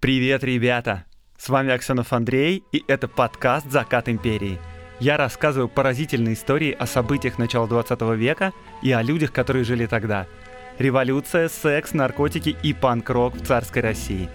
Привет, ребята! С вами Аксенов Андрей, и это подкаст «Закат империи». Я рассказываю поразительные истории о событиях начала 20 века и о людях, которые жили тогда. Революция, секс, наркотики и панк-рок в царской России.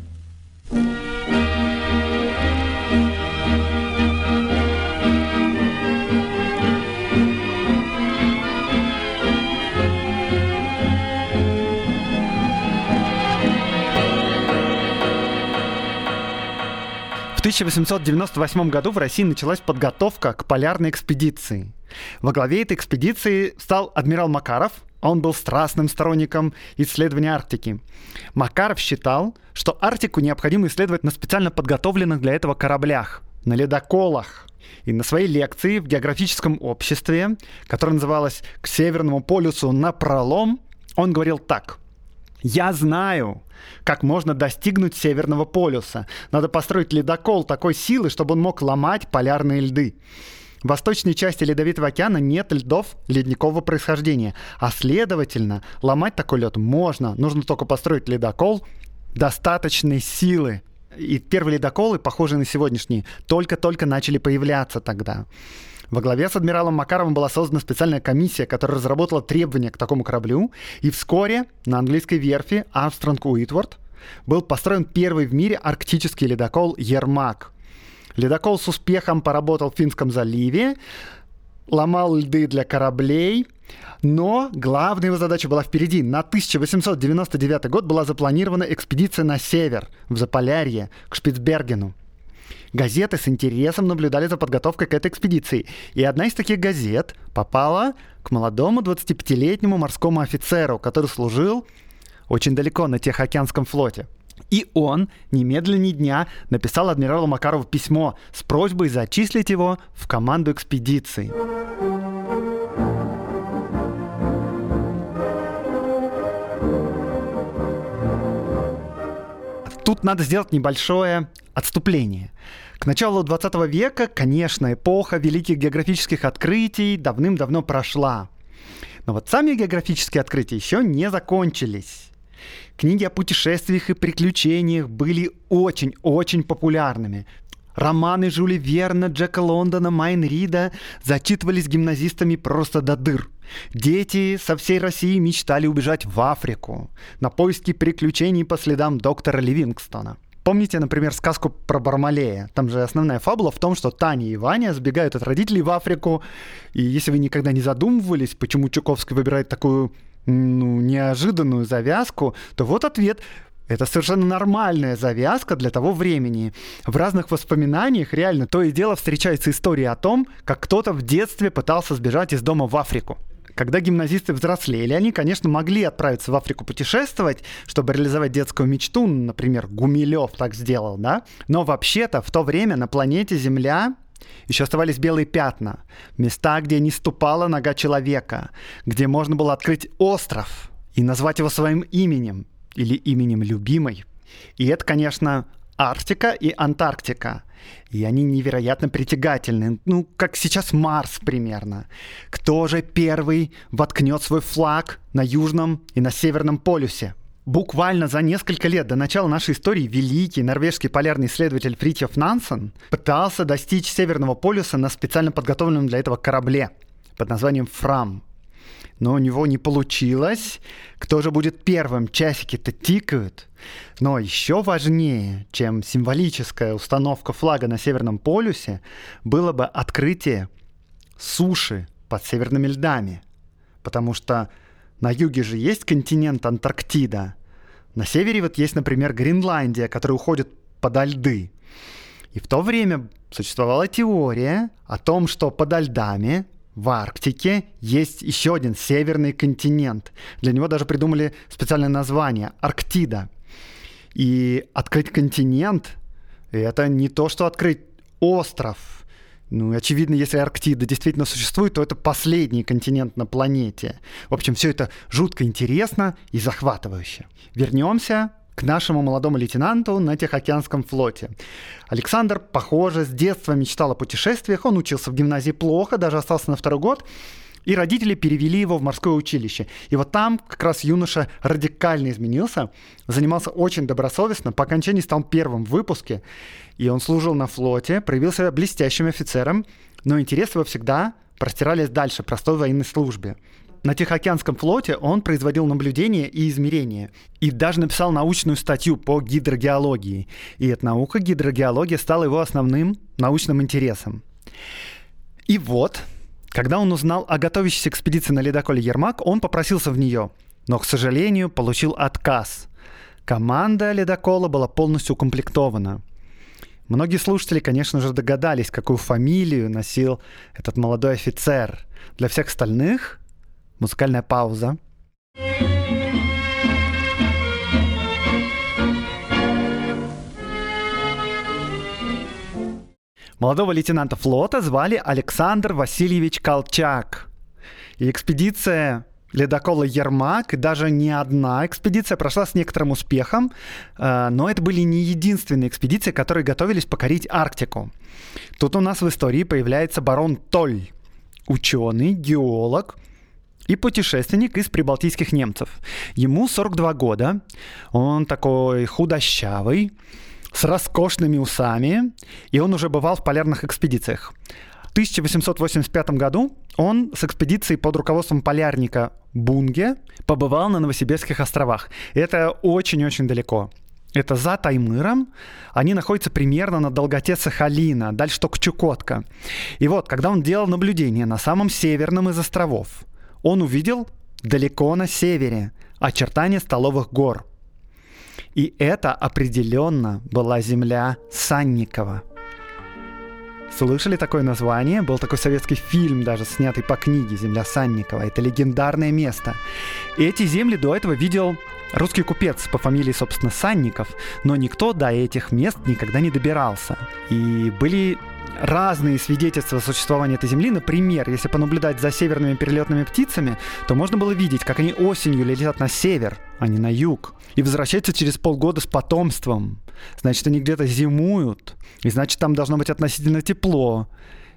В 1898 году в России началась подготовка к полярной экспедиции. Во главе этой экспедиции стал адмирал Макаров. Он был страстным сторонником исследования Арктики. Макаров считал, что Арктику необходимо исследовать на специально подготовленных для этого кораблях, на ледоколах. И на своей лекции в географическом обществе, которая называлась «К Северному полюсу напролом», он говорил так: «Я знаю, как можно достигнуть Северного полюса. Надо построить ледокол такой силы, чтобы он мог ломать полярные льды. В восточной части Ледовитого океана нет льдов ледникового происхождения, а следовательно, ломать такой лед можно. Нужно только построить ледокол достаточной силы». И первые ледоколы, похожие на сегодняшние, только-только начали появляться тогда. Во главе с адмиралом Макаровым была создана специальная комиссия, которая разработала требования к такому кораблю, и вскоре на английской верфи Армстронг-Уитворд был построен первый в мире арктический ледокол «Ермак». Ледокол с успехом поработал в Финском заливе, ломал льды для кораблей, но главная его задача была впереди. На 1899 год была запланирована экспедиция на север, в Заполярье, к Шпицбергену. Газеты с интересом наблюдали за подготовкой к этой экспедиции. И одна из таких газет попала к молодому 25-летнему морскому офицеру, который служил очень далеко на Тихоокеанском флоте. И он немедленно ни дня написал адмиралу Макарову письмо с просьбой зачислить его в команду экспедиции. Тут надо сделать небольшое отступление. К началу 20 века, конечно, эпоха великих географических открытий давным-давно прошла. Но вот сами географические открытия еще не закончились. Книги о путешествиях и приключениях были очень-очень популярными. Романы Жюля Верна, Джека Лондона, Майн Рида зачитывались гимназистами просто до дыр. Дети со всей России мечтали убежать в Африку на поиски приключений по следам доктора Ливингстона. Помните, например, сказку про Бармалея? Там же основная фабула в том, что Таня и Ваня сбегают от родителей в Африку. И если вы никогда не задумывались, почему Чуковский выбирает такую неожиданную завязку, то вот ответ. Это совершенно нормальная завязка для того времени. В разных воспоминаниях реально то и дело встречается история о том, как кто-то в детстве пытался сбежать из дома в Африку. Когда гимназисты взрослели, они, конечно, могли отправиться в Африку путешествовать, чтобы реализовать детскую мечту. Например, Гумилев так сделал, да? Но вообще-то в то время на планете Земля еще оставались белые пятна. Места, где не ступала нога человека, где можно было открыть остров и назвать его своим именем или именем любимой. И это, конечно, Арктика и Антарктика. И они невероятно притягательны. Как сейчас Марс примерно. Кто же первый воткнет свой флаг на Южном и на Северном полюсе? Буквально за несколько лет до начала нашей истории великий норвежский полярный исследователь Фритьоф Нансен пытался достичь Северного полюса на специально подготовленном для этого корабле под названием «Фрам». Но у него не получилось. Кто же будет первым? Часики-то тикают. Но еще важнее, чем символическая установка флага на Северном полюсе, было бы открытие суши под северными льдами. Потому что на юге же есть континент Антарктида. На севере вот есть, например, Гренландия, которая уходит подо льды. И в то время существовала теория о том, что подо льдами в Арктике есть еще один северный континент. Для него даже придумали специальное название – Арктида. И открыть континент – это не то, что открыть остров. Очевидно, если Арктида действительно существует, то это последний континент на планете. В общем, все это жутко интересно и захватывающе. Вернемся к нашему молодому лейтенанту на Тихоокеанском флоте. Александр, похоже, с детства мечтал о путешествиях. Он учился в гимназии плохо, даже остался на второй год. и родители перевели его в морское училище. И вот там как раз юноша радикально изменился, занимался очень добросовестно, по окончании стал первым в выпуске, и он служил на флоте, проявил себя блестящим офицером, но интересы его всегда простирались дальше простой военной службе. На Тихоокеанском флоте он производил наблюдения и измерения. И даже написал научную статью по гидрогеологии. И эта наука, гидрогеология, стала его основным научным интересом. И вот, когда он узнал о готовящейся экспедиции на ледоколе «Ермак», он попросился в нее, но, к сожалению, получил отказ. Команда ледокола была полностью укомплектована. Многие слушатели, конечно же, догадались, какую фамилию носил этот молодой офицер. Для всех остальных музыкальная пауза. Молодого лейтенанта флота звали Александр Васильевич Колчак. И экспедиция ледокола «Ермак», и даже не одна экспедиция, прошла с некоторым успехом, но это были не единственные экспедиции, которые готовились покорить Арктику. Тут у нас в истории появляется барон Толь, ученый, геолог и путешественник из прибалтийских немцев. Ему 42 года, он такой худощавый, с роскошными усами, и он уже бывал в полярных экспедициях. В 1885 году он с экспедицией под руководством полярника Бунге побывал на Новосибирских островах. Это очень-очень далеко. Это за Таймыром. Они находятся примерно на долготе Сахалина, дальше только Чукотка. И вот, когда он делал наблюдение на самом северном из островов, он увидел далеко на севере очертания Столовых гор. И это определенно была земля Санникова. Слышали такое название? Был такой советский фильм, даже снятый по книге «Земля Санникова». Это легендарное место. И эти земли до этого видел русский купец по фамилии, собственно, Санников, но никто до этих мест никогда не добирался. И были разные свидетельства существования этой земли. Например, если понаблюдать за северными перелетными птицами, то можно было видеть, как они осенью летят на север, а не на юг, и возвращаются через полгода с потомством. Значит, они где-то зимуют, и значит, там должно быть относительно тепло.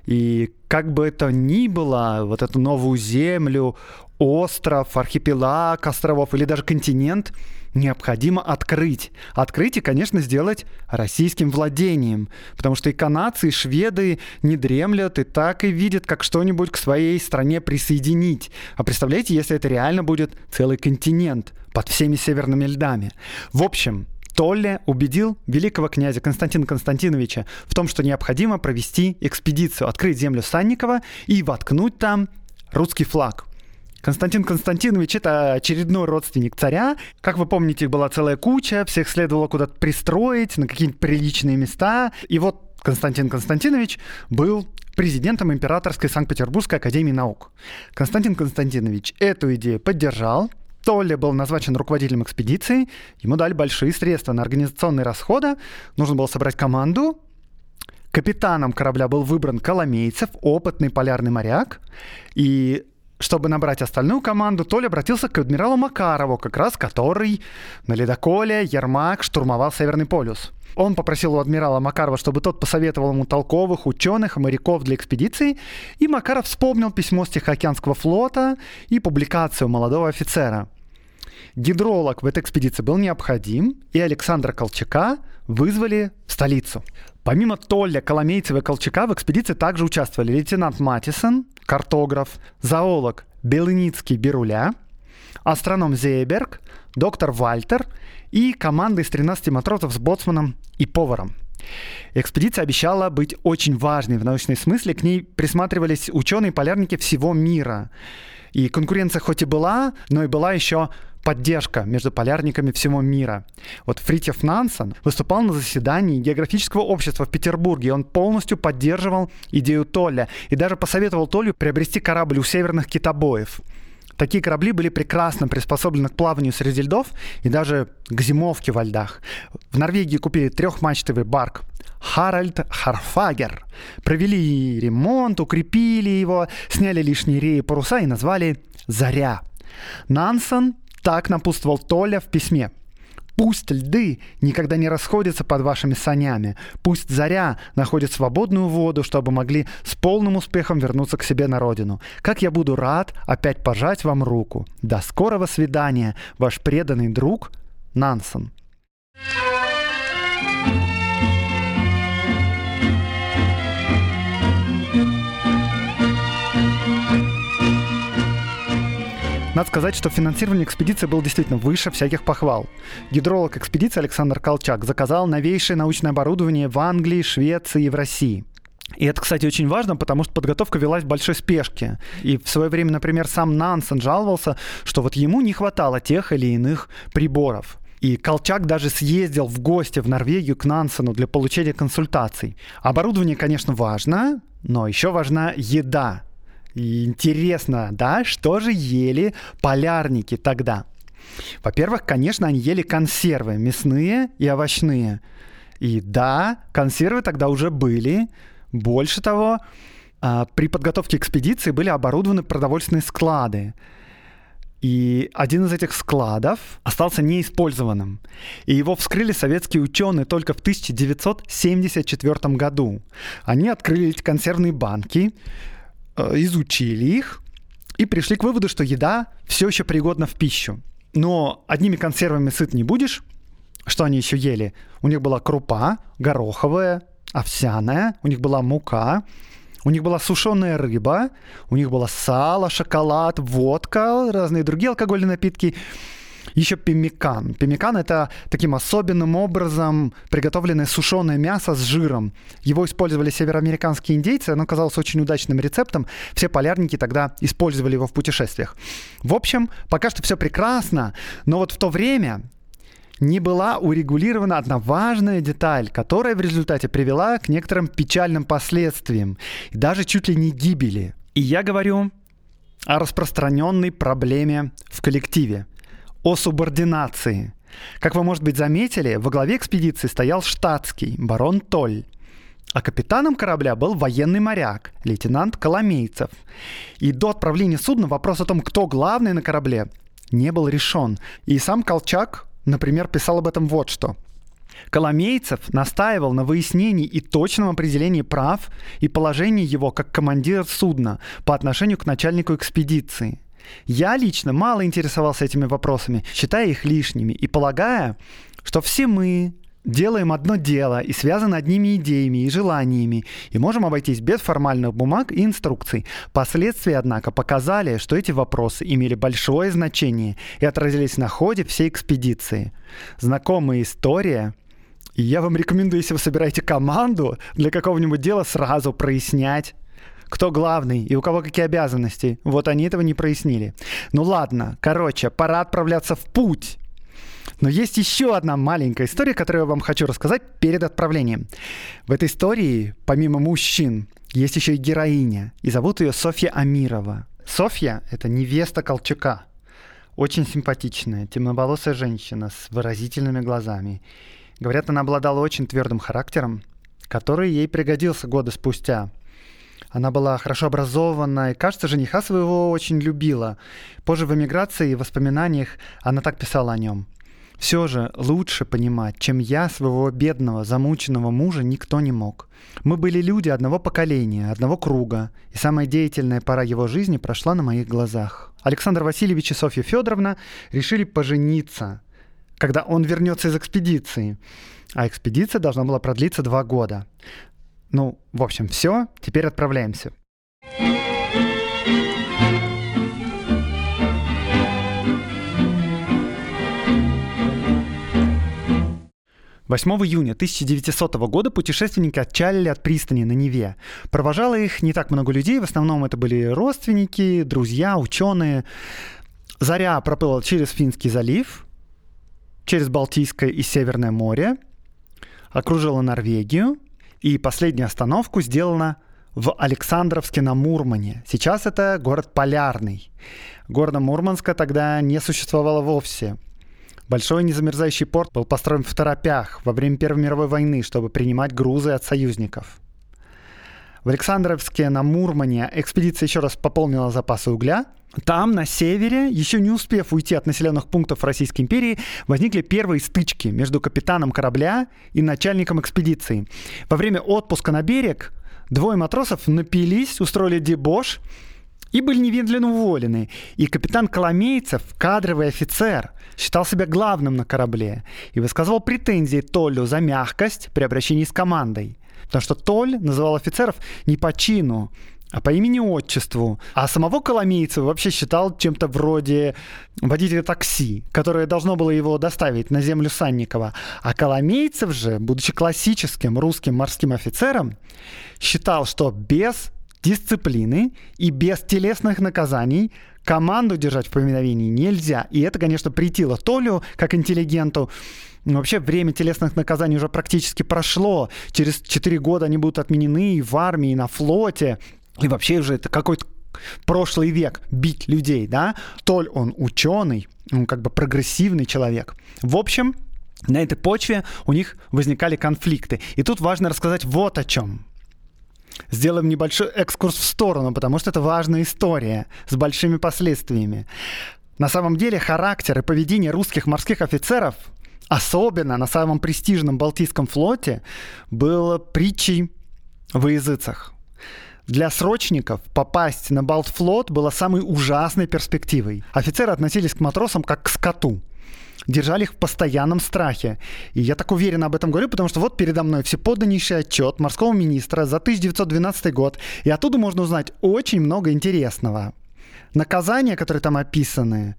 И как бы это ни было, вот эту новую землю, остров, архипелаг островов или даже континент необходимо открыть. Открыть и, конечно, сделать российским владением. Потому что и канадцы, и шведы не дремлят и так и видят, как что-нибудь к своей стране присоединить. А представляете, если это реально будет целый континент под всеми северными льдами. В общем, Толле убедил великого князя Константина Константиновича в том, что необходимо провести экспедицию, открыть землю Санникова и воткнуть там русский флаг. Константин Константинович — это очередной родственник царя. Как вы помните, их была целая куча, всех следовало куда-то пристроить, на какие-то приличные места. И вот Константин Константинович был президентом Императорской Санкт-Петербургской академии наук. Константин Константинович эту идею поддержал. Толле был назначен руководителем экспедиции. Ему дали большие средства на организационные расходы. Нужно было собрать команду. Капитаном корабля был выбран Коломейцев, опытный полярный моряк. И чтобы набрать остальную команду, Толь обратился к адмиралу Макарову, как раз который на ледоколе «Ермак» штурмовал Северный полюс. Он попросил у адмирала Макарова, чтобы тот посоветовал ему толковых ученых, моряков для экспедиции, и Макаров вспомнил письмо с Тихоокеанского флота и публикацию молодого офицера. Гидролог в этой экспедиции был необходим, и Александра Колчака вызвали в столицу. Помимо Толля, Коломейцева и Колчака в экспедиции также участвовали лейтенант Матисон, картограф, зоолог Белыницкий-Беруля, астроном Зейберг, доктор Вальтер и команда из 13 матросов с боцманом и поваром. Экспедиция обещала быть очень важной в научном смысле. К ней присматривались ученые-полярники всего мира. И конкуренция хоть и была, но и была еще поддержка между полярниками всего мира. Вот Фритьёф Нансен выступал на заседании географического общества в Петербурге. Он полностью поддерживал идею Толля и даже посоветовал Толлю приобрести корабль у северных китобоев. Такие корабли были прекрасно приспособлены к плаванию среди льдов и даже к зимовке во льдах. В Норвегии купили трехмачтовый барк Харальд Харфагер. Провели ремонт, укрепили его, сняли лишние реи и паруса и назвали «Заря». Нансен так напутствовал Толля в письме. Пусть льды никогда не расходятся под вашими санями. Пусть заря находит свободную воду, чтобы могли с полным успехом вернуться к себе на родину. Как я буду рад опять пожать вам руку. До скорого свидания, ваш преданный друг Нансон. Надо сказать, что финансирование экспедиции было действительно выше всяких похвал. Гидролог экспедиции Александр Колчак заказал новейшее научное оборудование в Англии, Швеции и в России. И это, кстати, очень важно, потому что подготовка велась в большой спешке. И в свое время, например, сам Нансон жаловался, что вот ему не хватало тех или иных приборов. И Колчак даже съездил в гости в Норвегию к Нансену для получения консультаций. Оборудование, конечно, важно, но еще важна еда. И интересно, да, что же ели полярники тогда? Во-первых, конечно, они ели консервы, мясные и овощные. И да, консервы тогда уже были. Больше того, при подготовке экспедиции были оборудованы продовольственные склады. И один из этих складов остался неиспользованным. И его вскрыли советские ученые только в 1974 году. Они открыли эти консервные банки, изучили их и пришли к выводу, что еда все еще пригодна в пищу. Но одними консервами сыт не будешь. Что они еще ели? У них была крупа гороховая, овсяная, у них была мука, у них была сушеная рыба, у них было сало, шоколад, водка, разные другие алкогольные напитки. Еще пеммикан. Пеммикан — это таким особенным образом приготовленное сушеное мясо с жиром. Его использовали североамериканские индейцы, оно казалось очень удачным рецептом. Все полярники тогда использовали его в путешествиях. В общем, пока что все прекрасно, но вот в то время не была урегулирована одна важная деталь, которая в результате привела к некоторым печальным последствиям и даже чуть ли не гибели. И я говорю о распространенной проблеме в коллективе. О субординации. Как вы, может быть, заметили, во главе экспедиции стоял штатский, барон Толь. А капитаном корабля был военный моряк, лейтенант Коломейцев. И до отправления судна вопрос о том, кто главный на корабле, не был решен. И сам Колчак, например, писал об этом вот что. Коломейцев настаивал на выяснении и точном определении прав и положении его как командира судна по отношению к начальнику экспедиции. Я лично мало интересовался этими вопросами, считая их лишними и полагая, что все мы делаем одно дело и связаны одними идеями и желаниями, и можем обойтись без формальных бумаг и инструкций. Последствия, однако, показали, что эти вопросы имели большое значение и отразились на ходе всей экспедиции. Знакомая история, и я вам рекомендую, если вы собираете команду для какого-нибудь дела, сразу прояснять, кто главный и у кого какие обязанности. Вот они этого не прояснили. Ну ладно, короче, пора отправляться в путь. Но есть еще одна маленькая история, которую я вам хочу рассказать перед отправлением. В этой истории, помимо мужчин, есть еще и героиня. И зовут ее Софья Амирова. Софья — это невеста Колчака. Очень симпатичная, темноволосая женщина с выразительными глазами. Говорят, она обладала очень твердым характером, который ей пригодился годы спустя. Она была хорошо образована и, кажется, жениха своего очень любила. Позже в эмиграции и воспоминаниях она так писала о нем. «Все же лучше понимать, чем я своего бедного, замученного мужа никто не мог. Мы были люди одного поколения, одного круга, и самая деятельная пора его жизни прошла на моих глазах». Александр Васильевич и Софья Федоровна решили пожениться, когда он вернется из экспедиции. А экспедиция должна была продлиться 2 года. Ну, в общем, все, теперь отправляемся. 8 июня 1900 года путешественники отчалили от пристани на Неве. Провожало их не так много людей, в основном это были родственники, друзья, ученые. Заря проплыла через Финский залив, через Балтийское и Северное море, окружила Норвегию, и последнюю остановку сделана в Александровске на Мурмане. Сейчас это город Полярный. Города Мурманска тогда не существовало вовсе. Большой незамерзающий порт был построен в торопях во время Первой мировой войны, чтобы принимать грузы от союзников. В Александровске на Мурмане экспедиция еще раз пополнила запасы угля, Там, на севере, еще не успев уйти от населенных пунктов Российской империи, возникли первые стычки между капитаном корабля и начальником экспедиции. Во время отпуска на берег двое матросов напились, устроили дебош и были немедленно уволены. И капитан Коломейцев, кадровый офицер, считал себя главным на корабле и высказывал претензии Толлю за мягкость при обращении с командой. Потому что Толь называл офицеров не по чину, а по имени-отчеству. А самого Коломейцева вообще считал чем-то вроде водителя такси, которое должно было его доставить на землю Санникова. А Коломейцев же, будучи классическим русским морским офицером, считал, что без дисциплины и без телесных наказаний команду держать в повиновении нельзя. И это, конечно, претило Толю, как интеллигенту. Но вообще время телесных наказаний уже практически прошло. Через 4 года они будут отменены и в армии, и на флоте. И вообще уже это какой-то прошлый век бить людей, да? Толь, он ученый, он как бы прогрессивный человек. В общем, на этой почве у них возникали конфликты. И тут важно рассказать вот о чем. Сделаем небольшой экскурс в сторону, потому что это важная история с большими последствиями. На самом деле характер и поведение русских морских офицеров, особенно на самом престижном Балтийском флоте, было притчей во языцах. Для срочников попасть на Балтфлот было самой ужасной перспективой. Офицеры относились к матросам как к скоту. Держали их в постоянном страхе. И я так уверенно об этом говорю, потому что вот передо мной всеподданнейший отчет морского министра за 1912 год. И оттуда можно узнать очень много интересного. Наказания, которые там описаны,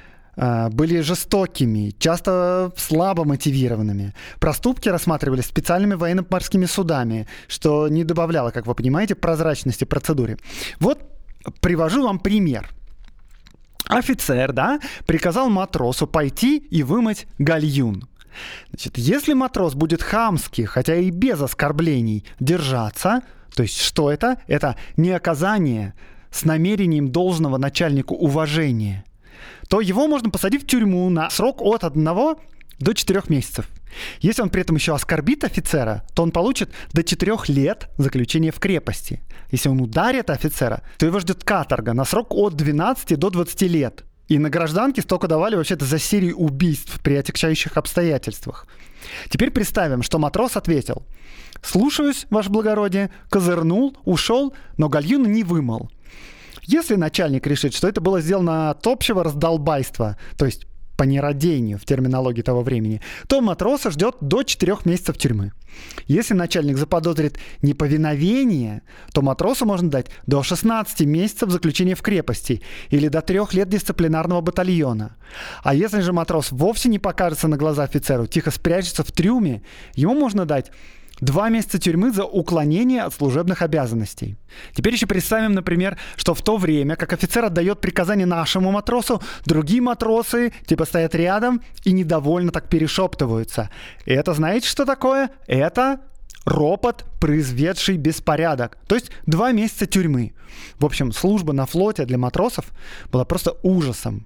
были жестокими, часто слабо мотивированными. Проступки рассматривались специальными военно-морскими судами, что не добавляло, как вы понимаете, прозрачности процедуре. Вот привожу вам пример. Офицер, да, приказал матросу пойти и вымыть гальюн. Значит, если матрос будет хамски, хотя и без оскорблений, держаться, то есть что это? Это неоказание с намерением должного начальнику уважения, то его можно посадить в тюрьму на срок от 1 до 4 месяцев. Если он при этом еще оскорбит офицера, то он получит до 4 лет заключения в крепости. Если он ударит офицера, то его ждет каторга на срок от 12 до 20 лет. И на гражданке столько давали вообще-то за серию убийств при отягчающих обстоятельствах. Теперь представим, что матрос ответил: «Слушаюсь, ваше благородие», козырнул, ушел, но гальюн не вымыл. Если начальник решит, что это было сделано от общего раздолбайства, то есть по нерадению в терминологии того времени, то матроса ждет до 4 месяцев тюрьмы. Если начальник заподозрит неповиновение, то матросу можно дать до 16 месяцев заключения в крепости или до 3 лет дисциплинарного батальона. А если же матрос вовсе не покажется на глаза офицеру, тихо спрячется в трюме, ему можно дать 2 месяца тюрьмы за уклонение от служебных обязанностей. Теперь еще представим, например, что в то время, как офицер отдает приказание нашему матросу, другие матросы типа стоят рядом и недовольно так перешептываются. И это знаете, что такое? Это ропот, произведший беспорядок. То есть 2 месяца тюрьмы. В общем, служба на флоте для матросов была просто ужасом.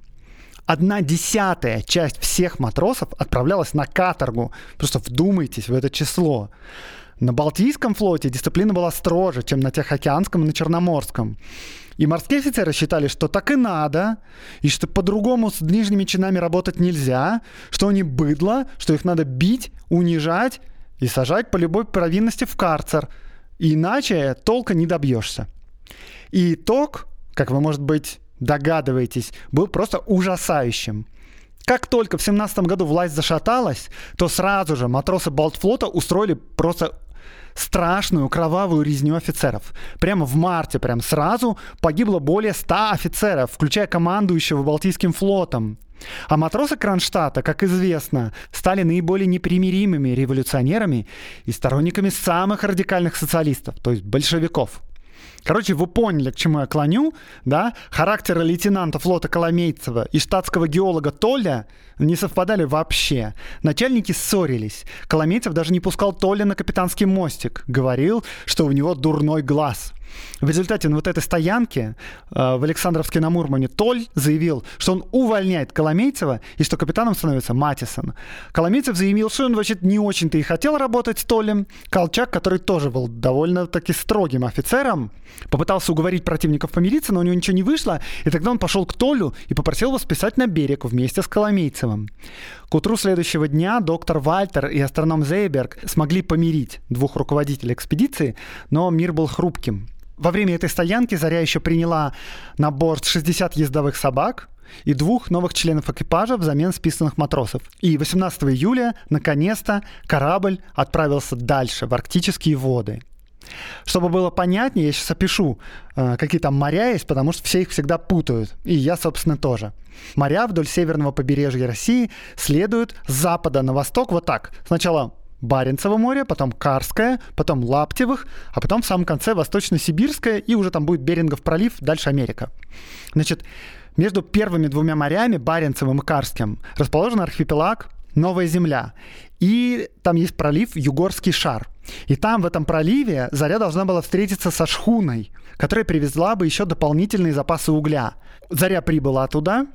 1/10 часть всех матросов отправлялась на каторгу. Просто вдумайтесь в это число. На Балтийском флоте дисциплина была строже, чем на Тихоокеанском и на Черноморском. И морские офицеры считали, что так и надо, и что по-другому с нижними чинами работать нельзя, что они быдло, что их надо бить, унижать и сажать по любой провинности в карцер. Иначе толка не добьешься. И итог, как вы, может быть, догадываетесь, был просто ужасающим. Как только в 17 году власть зашаталась, то сразу же матросы Балтфлота устроили просто страшную кровавую резню офицеров. Прямо в марте, прям сразу погибло более 100 офицеров, включая командующего Балтийским флотом. А матросы Кронштадта, как известно, стали наиболее непримиримыми революционерами и сторонниками самых радикальных социалистов, то есть большевиков. Короче, вы поняли, к чему я клоню, да? Характеры лейтенанта флота Коломейцева и штатского геолога Толля не совпадали вообще. Начальники ссорились. Коломейцев даже не пускал Толля на капитанский мостик. Говорил, что у него дурной глаз. В результате вот этой стоянки в Александровске на Мурмане Толь заявил, что он увольняет Коломейцева и что капитаном становится Матисон. Коломейцев заявил, что он вообще не очень-то и хотел работать с Толем. Колчак, который тоже был довольно-таки строгим офицером, попытался уговорить противников помириться, но у него ничего не вышло, и тогда он пошел к Толю и попросил его списать на берег вместе с Коломейцевым. К утру следующего дня доктор Вальтер и астроном Зейберг смогли помирить двух руководителей экспедиции, но мир был хрупким. Во время этой стоянки «Заря» еще приняла на борт 60 ездовых собак и 2 новых членов экипажа взамен списанных матросов. И 18 июля, наконец-то, корабль отправился дальше, в арктические воды. Чтобы было понятнее, я сейчас опишу, какие там моря есть, потому что все их всегда путают. И я, собственно, тоже. Моря вдоль северного побережья России следуют с запада на восток вот так. Сначала Баренцево море, потом Карское, потом Лаптевых, а потом в самом конце Восточно-Сибирское, и уже там будет Берингов пролив, дальше Америка. Значит, между первыми 2 морями, Баренцевым и Карским, расположен архипелаг Новая Земля. И там есть пролив Югорский шар. И там, в этом проливе, «Заря» должна была встретиться со шхуной, которая привезла бы еще дополнительные запасы угля. «Заря» прибыла туда,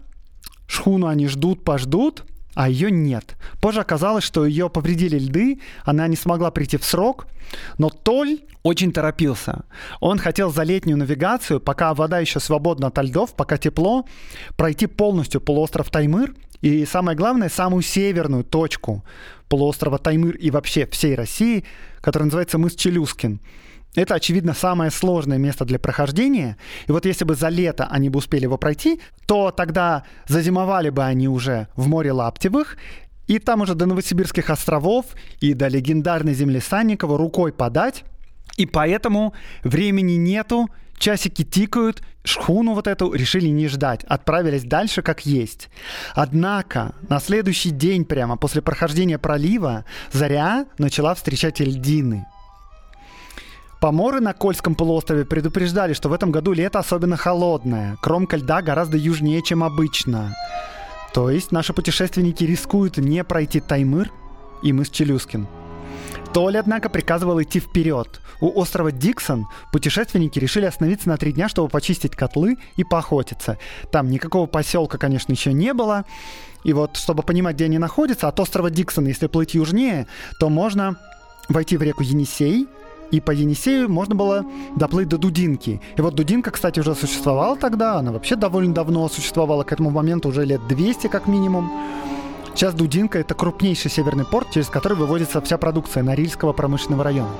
шхуну они ждут-пождут, а ее нет. Позже оказалось, что ее повредили льды, она не смогла прийти в срок, но Толь очень торопился. Он хотел за летнюю навигацию, пока вода еще свободна от льдов, пока тепло, пройти полностью полуостров Таймыр и, самое главное, самую северную точку полуострова Таймыр и вообще всей России, которая называется мыс Челюскин. Это, очевидно, самое сложное место для прохождения. И вот если бы за лето они бы успели его пройти, то тогда зазимовали бы они уже в море Лаптевых, и там уже до Новосибирских островов и до легендарной земли Санникова рукой подать. И поэтому времени нету, часики тикают, шхуну вот эту решили не ждать, отправились дальше как есть. Однако на следующий день прямо после прохождения пролива «Заря» начала встречать льдины. Поморы на Кольском полуострове предупреждали, что в этом году лето особенно холодное. Кромка льда гораздо южнее, чем обычно. То есть наши путешественники рискуют не пройти Таймыр и мыс Челюскин. Толь, однако, приказывал идти вперед. У острова Диксон путешественники решили остановиться на 3 дня, чтобы почистить котлы и поохотиться. Там никакого поселка, конечно, еще не было. И вот, чтобы понимать, где они находятся, от острова Диксон, если плыть южнее, то можно войти в реку Енисей, и по Енисею можно было доплыть до Дудинки. И вот Дудинка, кстати, уже существовала тогда, она вообще довольно давно существовала, к этому моменту уже лет 200 как минимум. Сейчас Дудинка — это крупнейший северный порт, через который вывозится вся продукция Норильского промышленного района.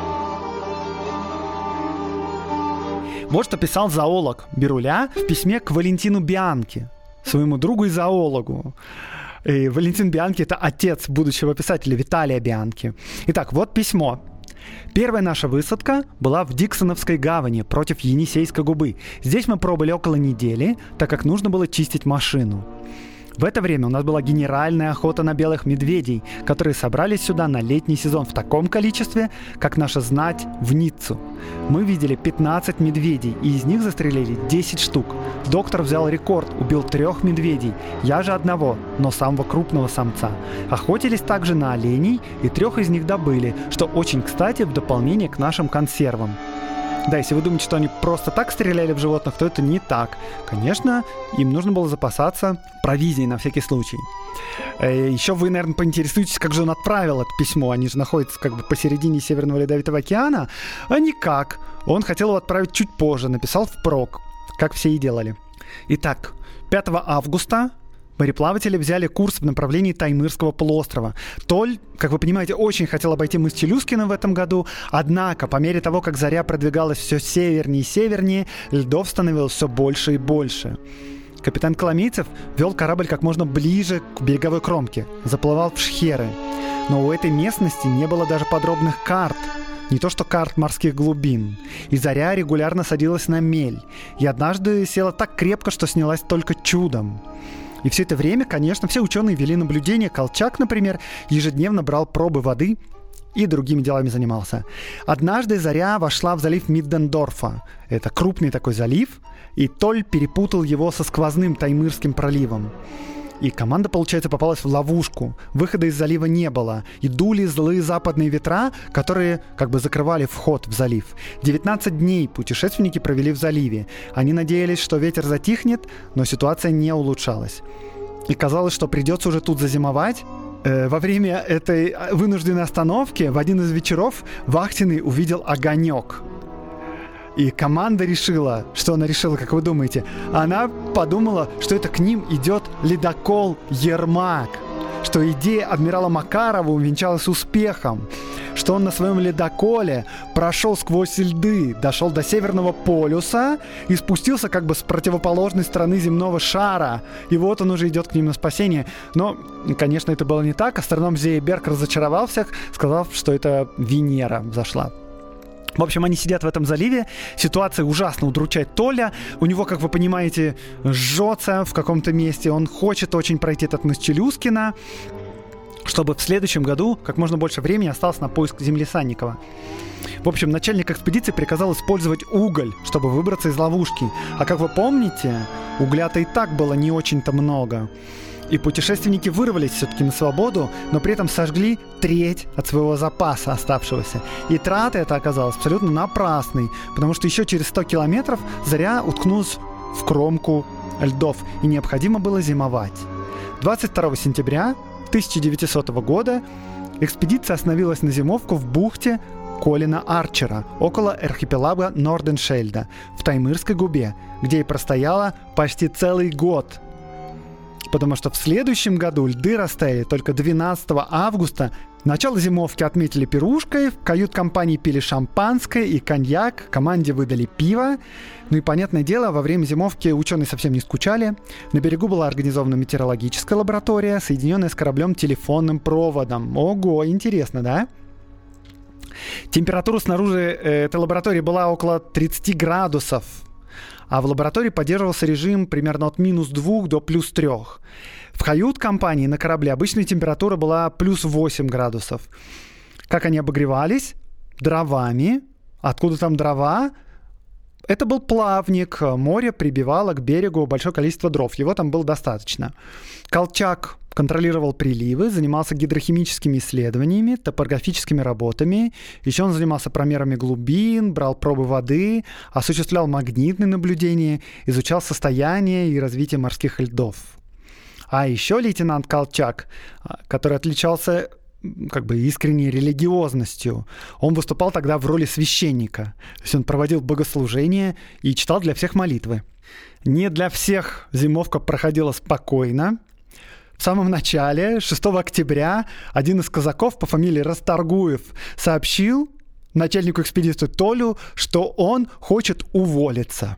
Вот что писал зоолог Беруля в письме к Валентину Бианки, своему другу и зоологу. И Валентин Бианки — это отец будущего писателя Виталия Бианки. Итак, вот письмо. Первая наша высадка была в Диксоновской гавани против Енисейской губы. Здесь мы пробыли около недели, так как нужно было чистить машину. В это время у нас была генеральная охота на белых медведей, которые собрались сюда на летний сезон в таком количестве, как наша знать в Ниццу. Мы видели 15 медведей, и из них застрелили 10 штук. Доктор взял рекорд, убил 3 медведей, я же одного, но самого крупного самца. Охотились также на оленей, и 3 из них добыли, что очень кстати в дополнение к нашим консервам. Да, если вы думаете, что они просто так стреляли в животных, то это не так. Конечно, им нужно было запасаться провизией на всякий случай. Еще вы, наверное, поинтересуетесь, как же он отправил это письмо. Они же находятся как бы посередине Северного Ледовитого океана. А никак. Он хотел его отправить чуть позже, написал впрок, как все и делали. Итак, 5 августа мореплаватели взяли курс в направлении Таймырского полуострова. Толь, как вы понимаете, очень хотел обойти мыс Челюскина в этом году, однако по мере того, как «Заря» продвигалась все севернее и севернее, льдов становилось все больше и больше. Капитан Коломейцев вел корабль как можно ближе к береговой кромке, заплывал в шхеры. Но у этой местности не было даже подробных карт, не то что карт морских глубин. И «Заря» регулярно садилась на мель, и однажды села так крепко, что снялась только чудом. И все это время, конечно, все ученые вели наблюдения. Колчак, например, ежедневно брал пробы воды и другими делами занимался. Однажды «Заря» вошла в залив Миддендорфа. Это крупный такой залив, и Толь перепутал его со сквозным Таймырским проливом. И команда, получается, попалась в ловушку. Выхода из залива не было. И дули злые западные ветра, которые как бы закрывали вход в залив. 19 дней путешественники провели в заливе. Они надеялись, что ветер затихнет, но ситуация не улучшалась. И казалось, что придется уже тут зазимовать. Во время этой вынужденной остановки в один из вечеров вахтенный увидел огонек. И команда решила, что она решила, как вы думаете? Она подумала, что это к ним идет ледокол «Ермак», что идея адмирала Макарова увенчалась успехом, что он на своем ледоколе прошел сквозь льды, дошел до Северного полюса и спустился как бы с противоположной стороны земного шара. И вот он уже идет к ним на спасение. Но, конечно, это было не так. Астроном Зейберг разочаровал всех, сказав, что это Венера взошла. В общем, они сидят в этом заливе, ситуация ужасно удручает Толя, у него, как вы понимаете, жжется в каком-то месте, он хочет очень пройти этот мыс Челюскина, чтобы в следующем году как можно больше времени осталось на поиск земли Санникова. В общем, начальник экспедиции приказал использовать уголь, чтобы выбраться из ловушки. А как вы помните, угля-то и так было не очень-то много. И путешественники вырвались все-таки на свободу, но при этом сожгли треть от своего запаса оставшегося. И трата эта оказалась абсолютно напрасной, потому что еще через 100 километров Заря уткнулась в кромку льдов, и необходимо было зимовать. 22 сентября 1900 года экспедиция остановилась на зимовку в бухте Колина Арчера, около архипелага Норденшельда, в Таймырской губе, где и простояла почти целый год. Потому что в следующем году льды растаяли только 12 августа. Начало зимовки отметили пирушкой, в кают-компании пили шампанское и коньяк, команде выдали пиво. Ну и, понятное дело, во время зимовки ученые совсем не скучали. На берегу была организована метеорологическая лаборатория, соединенная с кораблем телефонным проводом. Ого, интересно, да? Температура снаружи этой лаборатории была около 30 градусов. А в лаборатории поддерживался режим примерно от -2 до +3. В кают-компании на корабле обычная температура была +8 градусов. Как они обогревались? Дровами. Откуда там дрова? Это был плавник. Море прибивало к берегу большое количество дров. Его там было достаточно. Колчак контролировал приливы, занимался гидрохимическими исследованиями, топографическими работами. Еще он занимался промерами глубин, брал пробы воды, осуществлял магнитные наблюдения, изучал состояние и развитие морских льдов. А еще лейтенант Колчак, который отличался как бы искренней религиозностью, он выступал тогда в роли священника. То есть он проводил богослужения и читал для всех молитвы. Не для всех зимовка проходила спокойно. В самом начале, 6 октября, один из казаков по фамилии Расторгуев сообщил начальнику экспедиции Толю, что он хочет уволиться.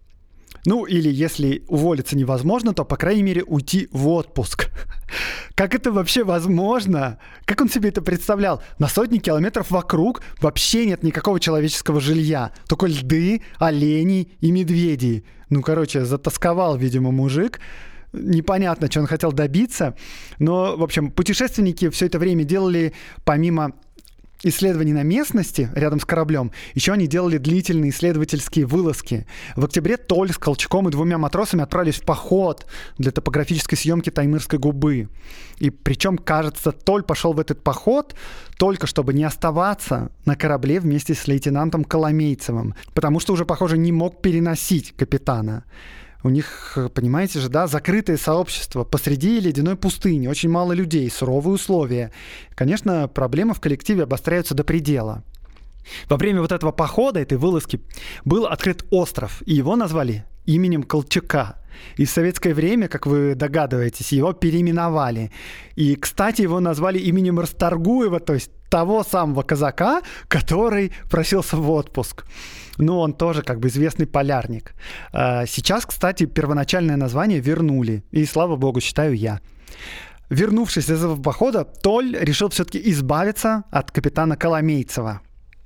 Ну, или если уволиться невозможно, то, по крайней мере, уйти в отпуск. Как это вообще возможно? Как он себе это представлял? На сотни километров вокруг вообще нет никакого человеческого жилья. Только льды, олени и медведи. Ну, короче, затасковал, видимо, мужик. Непонятно, что он хотел добиться. Но, в общем, путешественники все это время делали, помимо исследований на местности рядом с кораблем, еще они делали длительные исследовательские вылазки. В октябре Толь с Колчаком и 2 матросами отправились в поход для топографической съемки Таймырской губы. И причем, кажется, Толь пошел в этот поход только чтобы не оставаться на корабле вместе с лейтенантом Коломейцевым, потому что уже, похоже, не мог переносить капитана. У них, понимаете же, да, закрытое сообщество посреди ледяной пустыни, очень мало людей, суровые условия. Конечно, проблемы в коллективе обостряются до предела. Во время вот этого похода, этой вылазки, был открыт остров, и его назвали именем Колчака. И в советское время, как вы догадываетесь, его переименовали. И, кстати, его назвали именем Расторгуева, то есть того самого казака, который просился в отпуск. Ну, он тоже как бы известный полярник. Сейчас, кстати, первоначальное название вернули. И, слава богу, считаю я. Вернувшись из этого похода, Толь решил все-таки избавиться от капитана Коломейцева.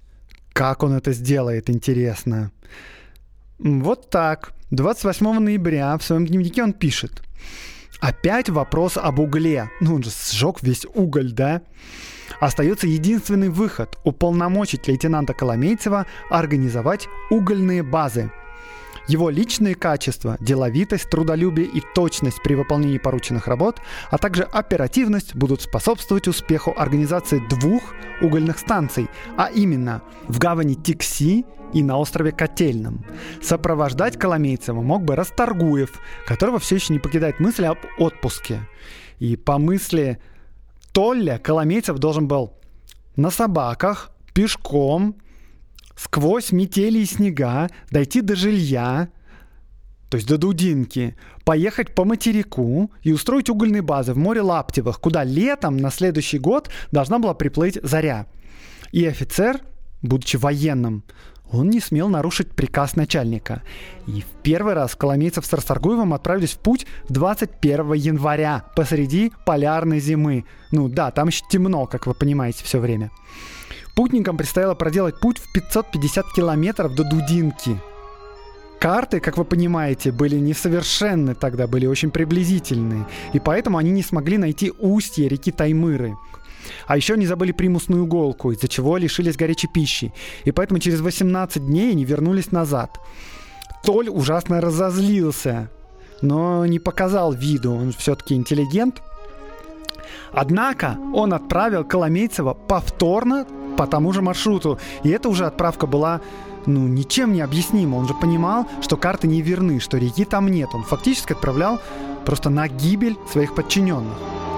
Как он это сделает, интересно. Вот так. 28 ноября в своем дневнике он пишет. Опять вопрос об угле. Ну, он же сжег весь уголь, да? Остается единственный выход – уполномочить лейтенанта Коломейцева организовать угольные базы. Его личные качества, деловитость, трудолюбие и точность при выполнении порученных работ, а также оперативность будут способствовать успеху организации 2 угольных станций, а именно в гавани Тикси и на острове Котельном. Сопровождать Коломейцева мог бы Расторгуев, которого все еще не покидает мысль об отпуске. И по мысли Толля Коломейцев должен был на собаках, пешком, сквозь метели и снега дойти до жилья, то есть до Дудинки, поехать по материку и устроить угольные базы в море Лаптевых, куда летом на следующий год должна была приплыть Заря. И офицер, будучи военным, он не смел нарушить приказ начальника. И в первый раз Коломейцев с Расторгуевым отправились в путь 21 января, посреди полярной зимы. Ну да, там еще темно, как вы понимаете, все время. Путникам предстояло проделать путь в 550 километров до Дудинки. Карты, как вы понимаете, были несовершенны тогда, были очень приблизительные. И поэтому они не смогли найти устье реки Таймыры. А еще они забыли примусную иголку, из-за чего лишились горячей пищи. И поэтому через 18 дней они вернулись назад. Толь ужасно разозлился, но не показал виду, он все-таки интеллигент. Однако он отправил Коломейцева повторно по тому же маршруту. И эта уже отправка была, ничем не объяснима. Он же понимал, что карты не верны, что реки там нет. Он фактически отправлял просто на гибель своих подчиненных.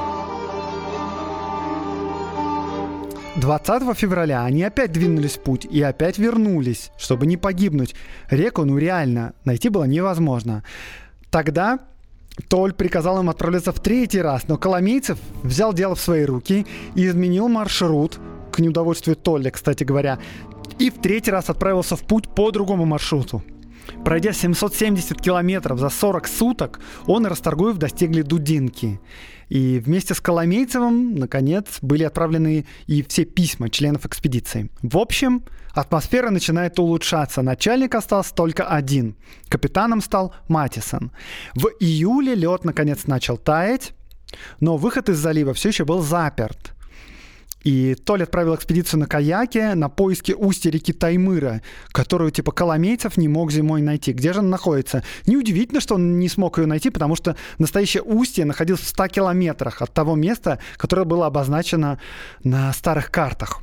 20 февраля они опять двинулись в путь и опять вернулись, чтобы не погибнуть. Реку, реально, найти было невозможно. Тогда Толь приказал им отправляться в 3-й раз, но Коломейцев взял дело в свои руки и изменил маршрут, к неудовольствию Толля, кстати говоря, и в 3-й раз отправился в путь по другому маршруту. Пройдя 770 километров за 40 суток, он и Расторгуев достигли Дудинки. И вместе с Коломейцевым, наконец, были отправлены и все письма членов экспедиции. В общем, атмосфера начинает улучшаться. Начальник остался только один. Капитаном стал Матисон. В июле лед, наконец, начал таять, но выход из залива все еще был заперт. И Толь отправил экспедицию на каяке на поиски устья реки Таймыра, которую Коломейцев не мог зимой найти. Где же она находится? Неудивительно, что он не смог ее найти, потому что настоящее устье находилось в 100 километрах от того места, которое было обозначено на старых картах.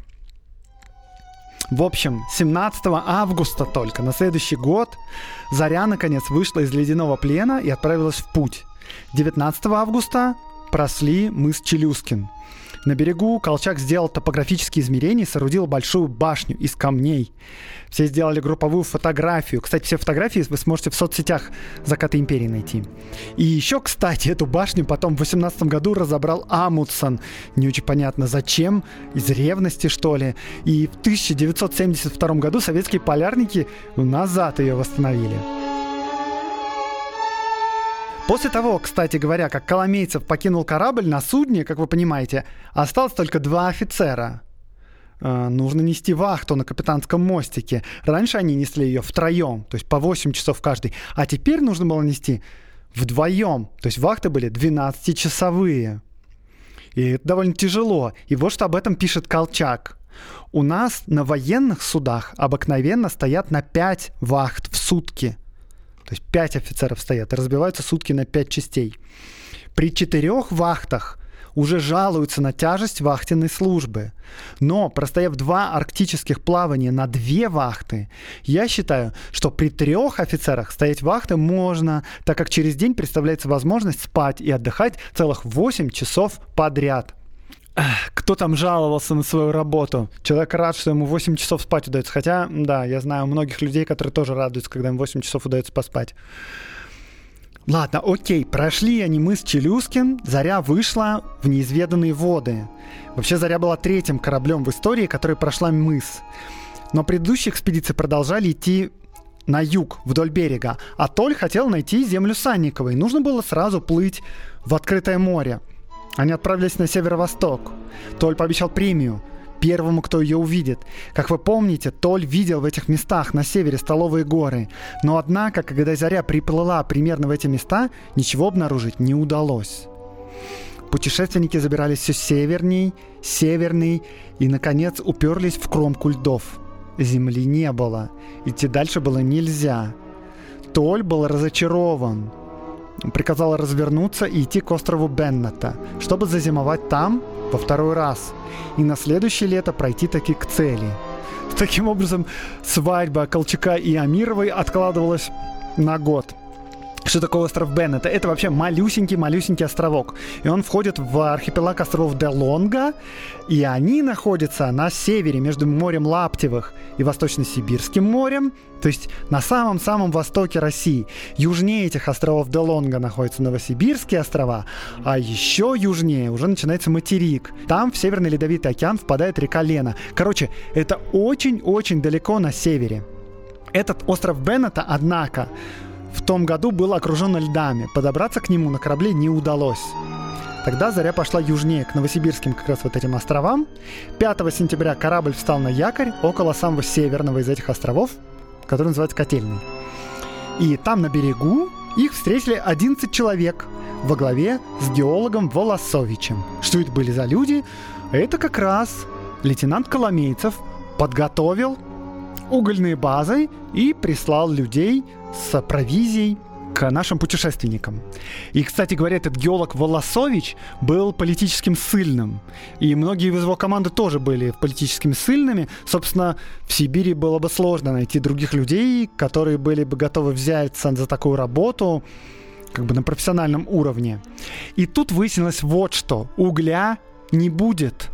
В общем, 17 августа только, на следующий год, Заря, наконец, вышла из ледяного плена и отправилась в путь. 19 августа просли мыс Челюскин. На берегу Колчак сделал топографические измерения и соорудил большую башню из камней. Все сделали групповую фотографию. Кстати, все фотографии вы сможете в соцсетях «Заката империи» найти. И еще, кстати, эту башню потом в 18 году разобрал Амундсен. Не очень понятно зачем, из ревности, что ли. И в 1972 году советские полярники назад ее восстановили. После того, кстати говоря, как Коломейцев покинул корабль, на судне, как вы понимаете, осталось только 2 офицера. Нужно нести вахту на капитанском мостике. Раньше они несли ее втроем, то есть по 8 часов каждый. А теперь нужно было нести вдвоем. То есть вахты были 12-часовые. И это довольно тяжело. И вот что об этом пишет Колчак. У нас на военных судах обыкновенно стоят на 5 вахт в сутки. То есть 5 офицеров стоят и разбиваются сутки на 5 частей. При 4 вахтах уже жалуются на тяжесть вахтенной службы. Но, простояв 2 арктических плавания на 2 вахты, я считаю, что при 3 офицерах стоять вахты можно, так как через день представляется возможность спать и отдыхать целых 8 часов подряд. Кто там жаловался на свою работу? Человек рад, что ему 8 часов спать удается. Хотя, да, я знаю многих людей, которые тоже радуются, когда им 8 часов удается поспать. Ладно, окей, прошли они мыс Челюскин, Заря вышла в неизведанные воды. Вообще Заря была 3-м кораблем в истории, который прошла мыс. Но предыдущие экспедиции продолжали идти на юг, вдоль берега. А Толь хотел найти землю Санниковой. Нужно было сразу плыть в открытое море. Они отправились на северо-восток. Толь пообещал премию первому, кто ее увидит. Как вы помните, Толь видел в этих местах на севере столовые горы. Но однако, когда Заря приплыла примерно в эти места, ничего обнаружить не удалось. Путешественники забирались все северней и, наконец, уперлись в кромку льдов. Земли не было. Идти дальше было нельзя. Толь был разочарован. Приказал развернуться и идти к острову Беннета, чтобы зазимовать там во второй раз. И на следующее лето пройти таки к цели. Таким образом, свадьба Колчака и Амировой откладывалась на год. Что такое остров Беннета? Это вообще малюсенький островок. И он входит в архипелаг островов Де-Лонга. И они находятся на севере между морем Лаптевых и Восточно-Сибирским морем. То есть на самом-самом востоке России. Южнее этих островов Де-Лонга находятся Новосибирские острова. А еще южнее уже начинается материк. Там в Северный Ледовитый океан впадает река Лена. Короче, это очень-очень далеко на севере. Этот остров Беннета, однако, в том году был окружен льдами. Подобраться к нему на корабле не удалось. Тогда заря пошла южнее, к новосибирским как раз вот этим островам. 5 сентября корабль встал на якорь около самого северного из этих островов, который называется Котельный. И там на берегу их встретили 11 человек во главе с геологом Волосовичем. Что это были за люди? Это как раз лейтенант Коломейцев подготовил угольные базы и прислал людей с провизией к нашим путешественникам. И, кстати говоря, этот геолог Волосович был политическим ссыльным. И многие из его команды тоже были политическими ссыльными. Собственно, в Сибири было бы сложно найти других людей, которые были бы готовы взяться за такую работу как бы на профессиональном уровне. И тут выяснилось вот что. Угля не будет.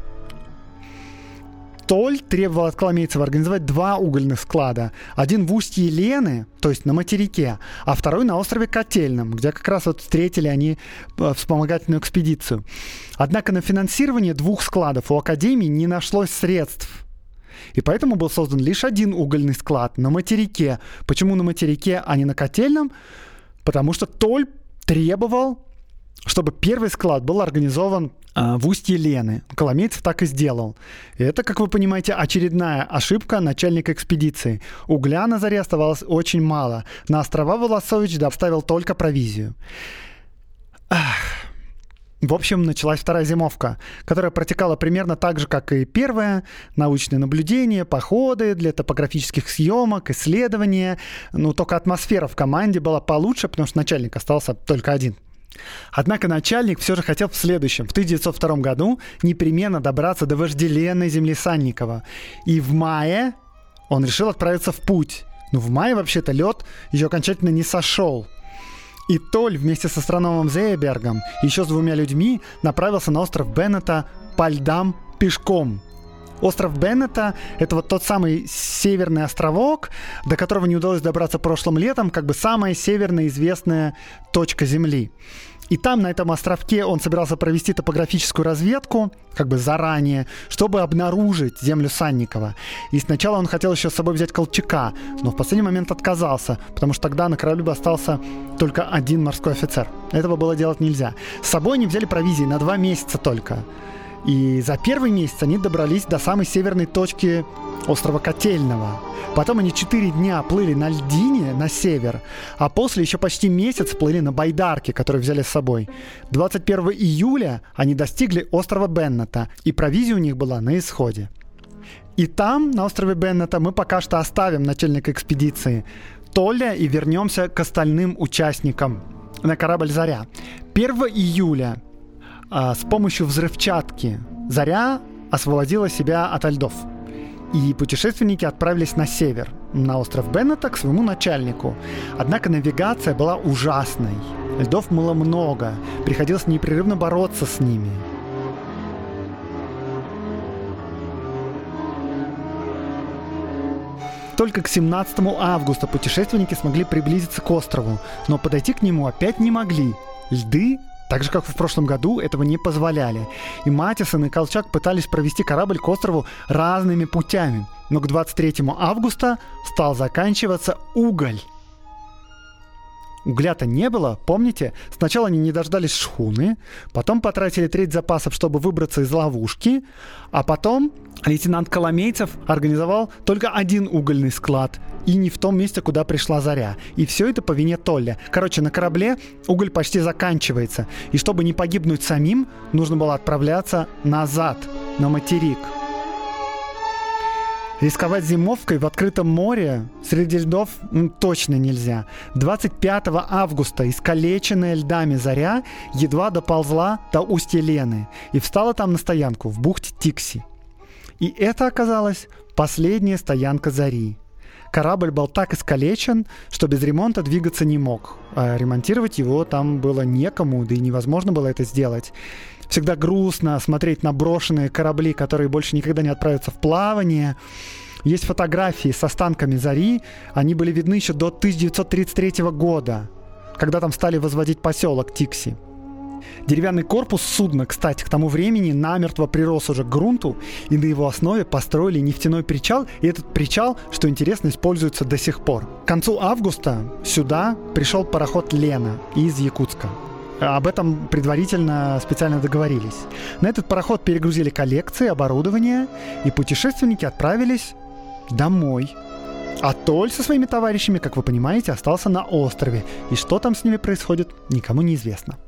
Толь требовал от Коломейцева организовать 2 угольных склада. Один в устье Лены, то есть на материке, а второй на острове Котельном, где как раз вот встретили они вспомогательную экспедицию. Однако на финансирование 2 складов у Академии не нашлось средств. И поэтому был создан лишь один угольный склад на материке. Почему на материке, а не на Котельном? Потому что Толь требовал, чтобы первый склад был организован в устье Лены. Коломейцев так и сделал. И это, как вы понимаете, очередная ошибка начальника экспедиции. Угля на заре оставалось очень мало. На острова Волосович доставил только провизию. В общем, началась вторая зимовка, которая протекала примерно так же, как и первая. Научные наблюдения, походы для топографических съемок, исследования. Но только атмосфера в команде была получше, потому что начальник остался только один. Однако начальник все же хотел в следующем, в 1902 году, непременно добраться до вожделенной земли Санникова. И в мае он решил отправиться в путь. Но в мае вообще-то лед еще окончательно не сошел. И Толь вместе с астрономом Зейбергом и еще с 2 людьми направился на остров Беннета по льдам пешком. Остров Беннета — это вот тот самый северный островок, до которого не удалось добраться прошлым летом, как бы самая северная известная точка Земли. И там, на этом островке, он собирался провести топографическую разведку, как бы заранее, чтобы обнаружить землю Санникова. И сначала он хотел еще с собой взять Колчака, но в последний момент отказался, потому что тогда на корабле бы остался только один морской офицер. Этого было делать нельзя. С собой они взяли провизии на 2 месяца только. И за первый месяц они добрались до самой северной точки острова Котельного. Потом они 4 дня плыли на льдине на север, а после еще почти месяц плыли на байдарке, которую взяли с собой. 21 июля они достигли острова Беннета, и провизия у них была на исходе. И там, на острове Беннета, мы пока что оставим начальника экспедиции Толля и вернемся к остальным участникам на корабль «Заря». 1 июля с помощью взрывчатки «Заря» освободила себя ото льдов. И путешественники отправились на север, на остров Беннета, к своему начальнику. Однако навигация была ужасной. Льдов было много, приходилось непрерывно бороться с ними. Только к 17 августа путешественники смогли приблизиться к острову, но подойти к нему опять не могли. Льды, так же, как в прошлом году, этого не позволяли. И Матисон и Колчак пытались провести корабль к острову разными путями. Но к 23 августа стал заканчиваться уголь. Угля-то не было, помните? Сначала они не дождались шхуны, потом потратили треть запасов, чтобы выбраться из ловушки, а потом лейтенант Коломейцев организовал только один угольный склад, и не в том месте, куда пришла Заря. И все это по вине Толля. Короче, на корабле уголь почти заканчивается, и чтобы не погибнуть самим, нужно было отправляться назад, на материк. Рисковать зимовкой в открытом море среди льдов точно нельзя. 25 августа искалеченная льдами Заря едва доползла до устья Лены и встала там на стоянку в бухте Тикси. И это оказалась последняя стоянка Зари. Корабль был так искалечен, что без ремонта двигаться не мог. А ремонтировать его там было некому, да и невозможно было это сделать. Всегда грустно смотреть на брошенные корабли, которые больше никогда не отправятся в плавание. Есть фотографии с останками Зари. Они были видны еще до 1933 года, когда там стали возводить поселок Тикси. Деревянный корпус судна, кстати, к тому времени намертво прирос уже к грунту, и на его основе построили нефтяной причал, и этот причал, что интересно, используется до сих пор. К концу августа сюда пришел пароход «Лена» из Якутска. Об этом предварительно специально договорились. На этот пароход перегрузили коллекции, оборудование, и путешественники отправились домой. А Толь со своими товарищами, как вы понимаете, остался на острове, и что там с ними происходит, никому не известно.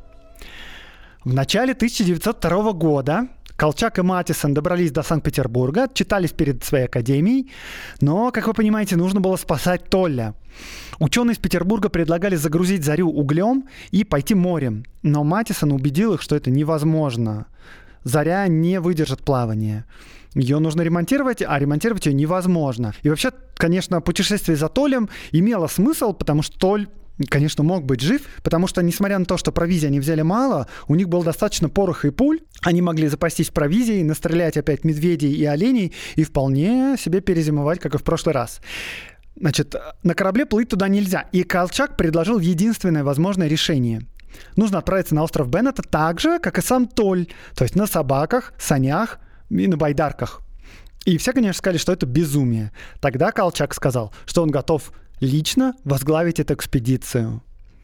В начале 1902 года Колчак и Матисон добрались до Санкт-Петербурга, отчитались перед своей академией, но, как вы понимаете, нужно было спасать Толля. Ученые из Петербурга предлагали загрузить Зарю углем и пойти морем, но Матисон убедил их, что это невозможно. Заря не выдержит плавания. Ее нужно ремонтировать, а ремонтировать ее невозможно. И вообще, конечно, путешествие за Толлем имело смысл, потому что Толь, конечно, мог быть жив, потому что, несмотря на то, что провизии они взяли мало, у них было достаточно пороха и пуль, они могли запастись провизией, настрелять опять медведей и оленей и вполне себе перезимовать, как и в прошлый раз. Значит, на корабле плыть туда нельзя, и Колчак предложил единственное возможное решение. Нужно отправиться на остров Беннета так же, как и сам Толь, то есть на собаках, санях и на байдарках. И все, конечно, сказали, что это безумие. Тогда Колчак сказал, что он готов лично возглавить эту экспедицию.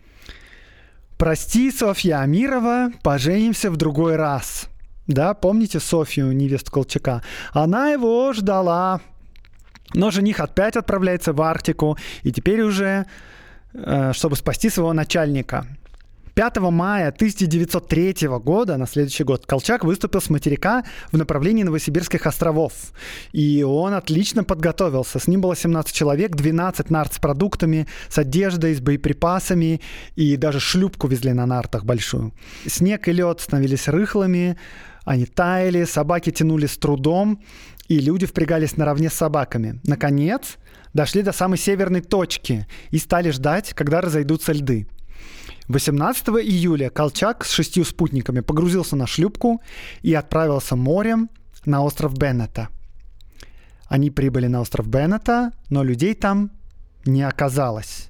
«Прости, Софья Амирова, поженимся в другой раз». Да, помните Софью, невесту Колчака? Она его ждала. Но жених опять отправляется в Арктику, и теперь уже, чтобы спасти своего начальника. 5 мая 1903 года, на следующий год, Колчак выступил с материка в направлении Новосибирских островов. И он отлично подготовился. С ним было 17 человек, 12 нарт с продуктами, с одеждой, с боеприпасами, и даже шлюпку везли на нартах большую. Снег и лед становились рыхлыми, они таяли, собаки тянули с трудом, и люди впрягались наравне с собаками. Наконец, дошли до самой северной точки и стали ждать, когда разойдутся льды. 18 июля Колчак с 6 спутниками погрузился на шлюпку и отправился морем на остров Беннета. Они прибыли на остров Беннета, но людей там не оказалось.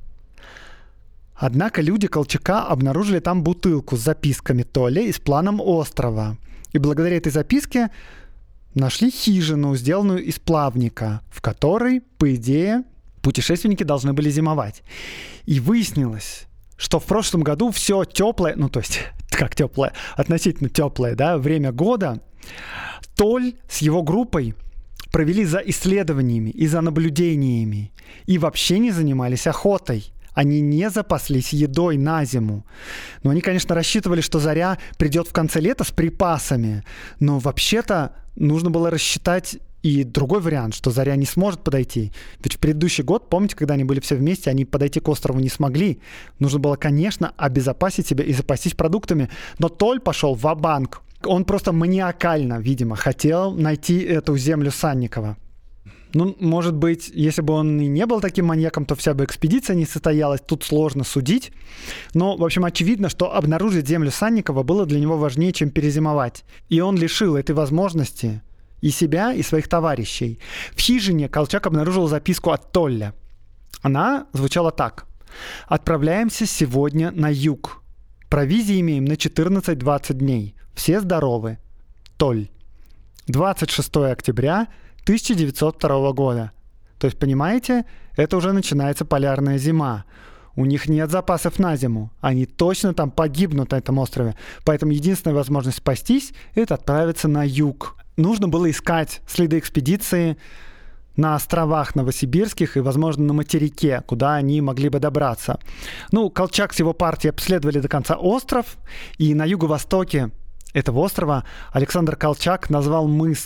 Однако люди Колчака обнаружили там бутылку с записками Толли и с планом острова. И благодаря этой записке нашли хижину, сделанную из плавника, в которой, по идее, путешественники должны были зимовать. И выяснилось, что в прошлом году все теплое, ну то есть как теплое, относительно теплое, да, время года, Толь с его группой провели за исследованиями и за наблюдениями и вообще не занимались охотой. Они не запаслись едой на зиму. Но они, конечно, рассчитывали, что Заря придет в конце лета с припасами, но вообще-то нужно было рассчитать и другой вариант, что Заря не сможет подойти. Ведь в предыдущий год, помните, когда они были все вместе, они подойти к острову не смогли. Нужно было, конечно, обезопасить себя и запастись продуктами. Но Толь пошел ва-банк. Он просто маниакально, видимо, хотел найти эту землю Санникова. Ну, может быть, если бы он и не был таким маньяком, то вся бы экспедиция не состоялась. Тут сложно судить. Но, в общем, очевидно, что обнаружить землю Санникова было для него важнее, чем перезимовать. И он лишил этой возможности и себя, и своих товарищей. В хижине Колчак обнаружил записку от Толля. Она звучала так. «Отправляемся сегодня на юг. Провизии имеем на 14-20 дней. Все здоровы. Толь». 26 октября 1902 года. То есть, понимаете, это уже начинается полярная зима. У них нет запасов на зиму. Они точно там погибнут на этом острове. Поэтому единственная возможность спастись – это отправиться на юг. Нужно было искать следы экспедиции на островах новосибирских и, возможно, на материке, куда они могли бы добраться. Ну, Колчак с его партией обследовали до конца остров, и на юго-востоке этого острова Александр Колчак назвал мыс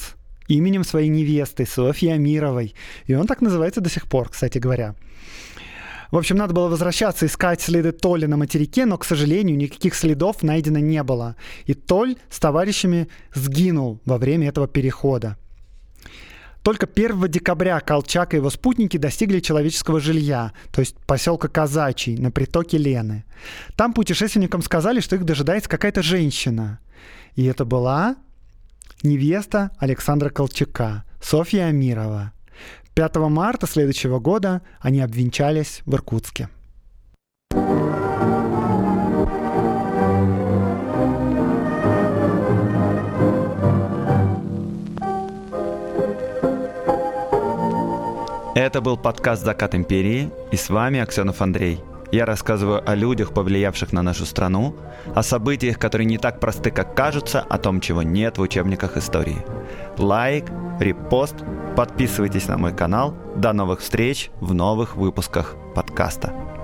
именем своей невесты Софьи Амировой. И он так называется до сих пор, кстати говоря. В общем, надо было возвращаться, искать следы Толли на материке, но, к сожалению, никаких следов найдено не было. И Толь с товарищами сгинул во время этого перехода. Только 1 декабря Колчак и его спутники достигли человеческого жилья, то есть поселка Казачий, на притоке Лены. Там путешественникам сказали, что их дожидается какая-то женщина. И это была невеста Александра Колчака, Софья Амирова. 5 марта следующего года они обвенчались в Иркутске. Это был подкаст «Закат империи», и с вами Аксенов Андрей. Я рассказываю о людях, повлиявших на нашу страну, о событиях, которые не так просты, как кажутся, о том, чего нет в учебниках истории. Лайк, репост, подписывайтесь на мой канал. До новых встреч в новых выпусках подкаста.